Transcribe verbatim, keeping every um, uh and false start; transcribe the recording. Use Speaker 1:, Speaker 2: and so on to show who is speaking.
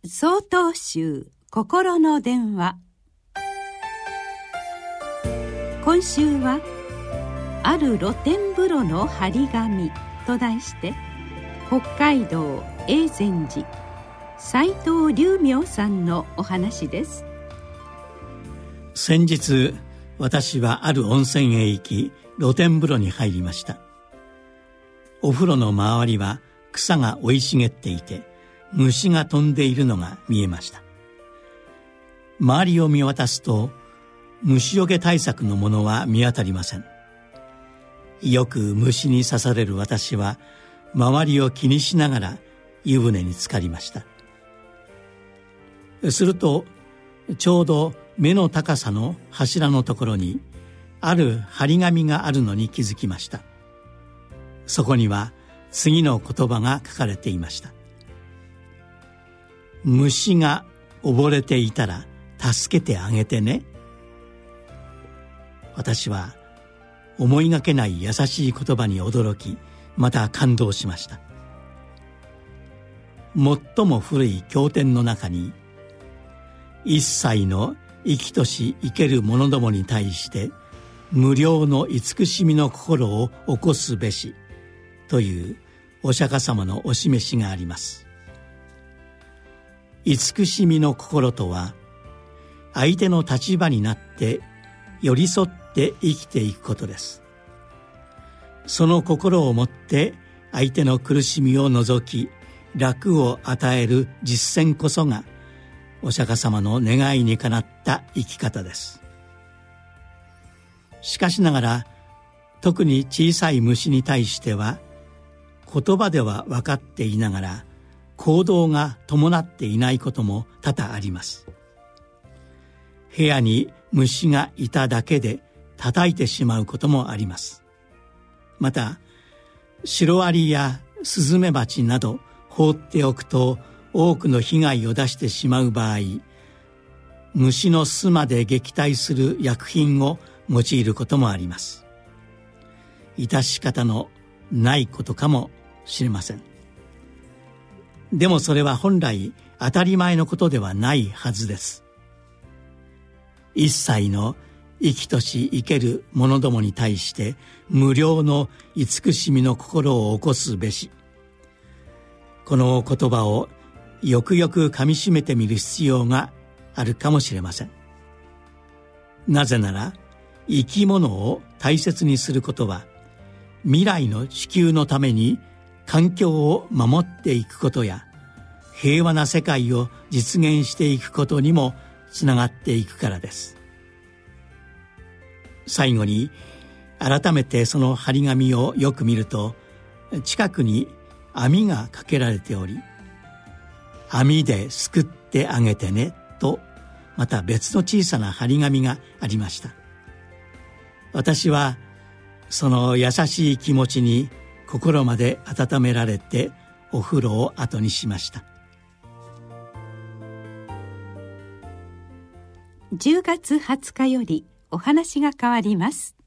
Speaker 1: 曹洞宗心の電話。今週はある露天風呂の張り紙と題して、北海道永禅寺斉藤龍明さんのお話です。
Speaker 2: 先日、私はある温泉へ行き、露天風呂に入りました。お風呂の周りは草が生い茂っていて、虫が飛んでいるのが見えました。周りを見渡すと、虫除け対策のものは見当たりません。よく虫に刺される私は、周りを気にしながら湯船に浸かりました。すると、ちょうど目の高さの柱のところに、ある張り紙があるのに気づきました。そこには次の言葉が書かれていました。虫が溺れていたら助けてあげてね。私は思いがけない優しい言葉に驚き、また感動しました。最も古い経典の中に、一切の生きとし生ける者どもに対して無料の慈しみの心を起こすべしというお釈迦様のお示しがあります。慈しみの心とは、相手の立場になって寄り添って生きていくことです。その心をもって相手の苦しみを除き、楽を与える実践こそがお釈迦様の願いにかなった生き方です。しかしながら、特に小さい虫に対しては、言葉では分かっていながら行動が伴っていないことも多々あります。部屋に虫がいただけで叩いてしまうこともあります。また、シロアリやスズメバチなど放っておくと多くの被害を出してしまう場合、虫の巣まで撃退する薬品を用いることもあります。致し方のないことかもしれません。でもそれは本来当たり前のことではないはずです。一切の生きとし生ける者どもに対して無料の慈しみの心を起こすべし。この言葉をよくよくかみしめてみる必要があるかもしれません。なぜなら、生き物を大切にすることは、未来の地球のために環境を守っていくことや、平和な世界を実現していくことにもつながっていくからです。最後に、改めてその張り紙をよく見ると、近くに網がかけられており、網ですくってあげてねと、また別の小さな張り紙がありました。私はその優しい気持ちに心まで温められて、お風呂を後にしました。
Speaker 1: じゅうがつはつかよりお話が変わります。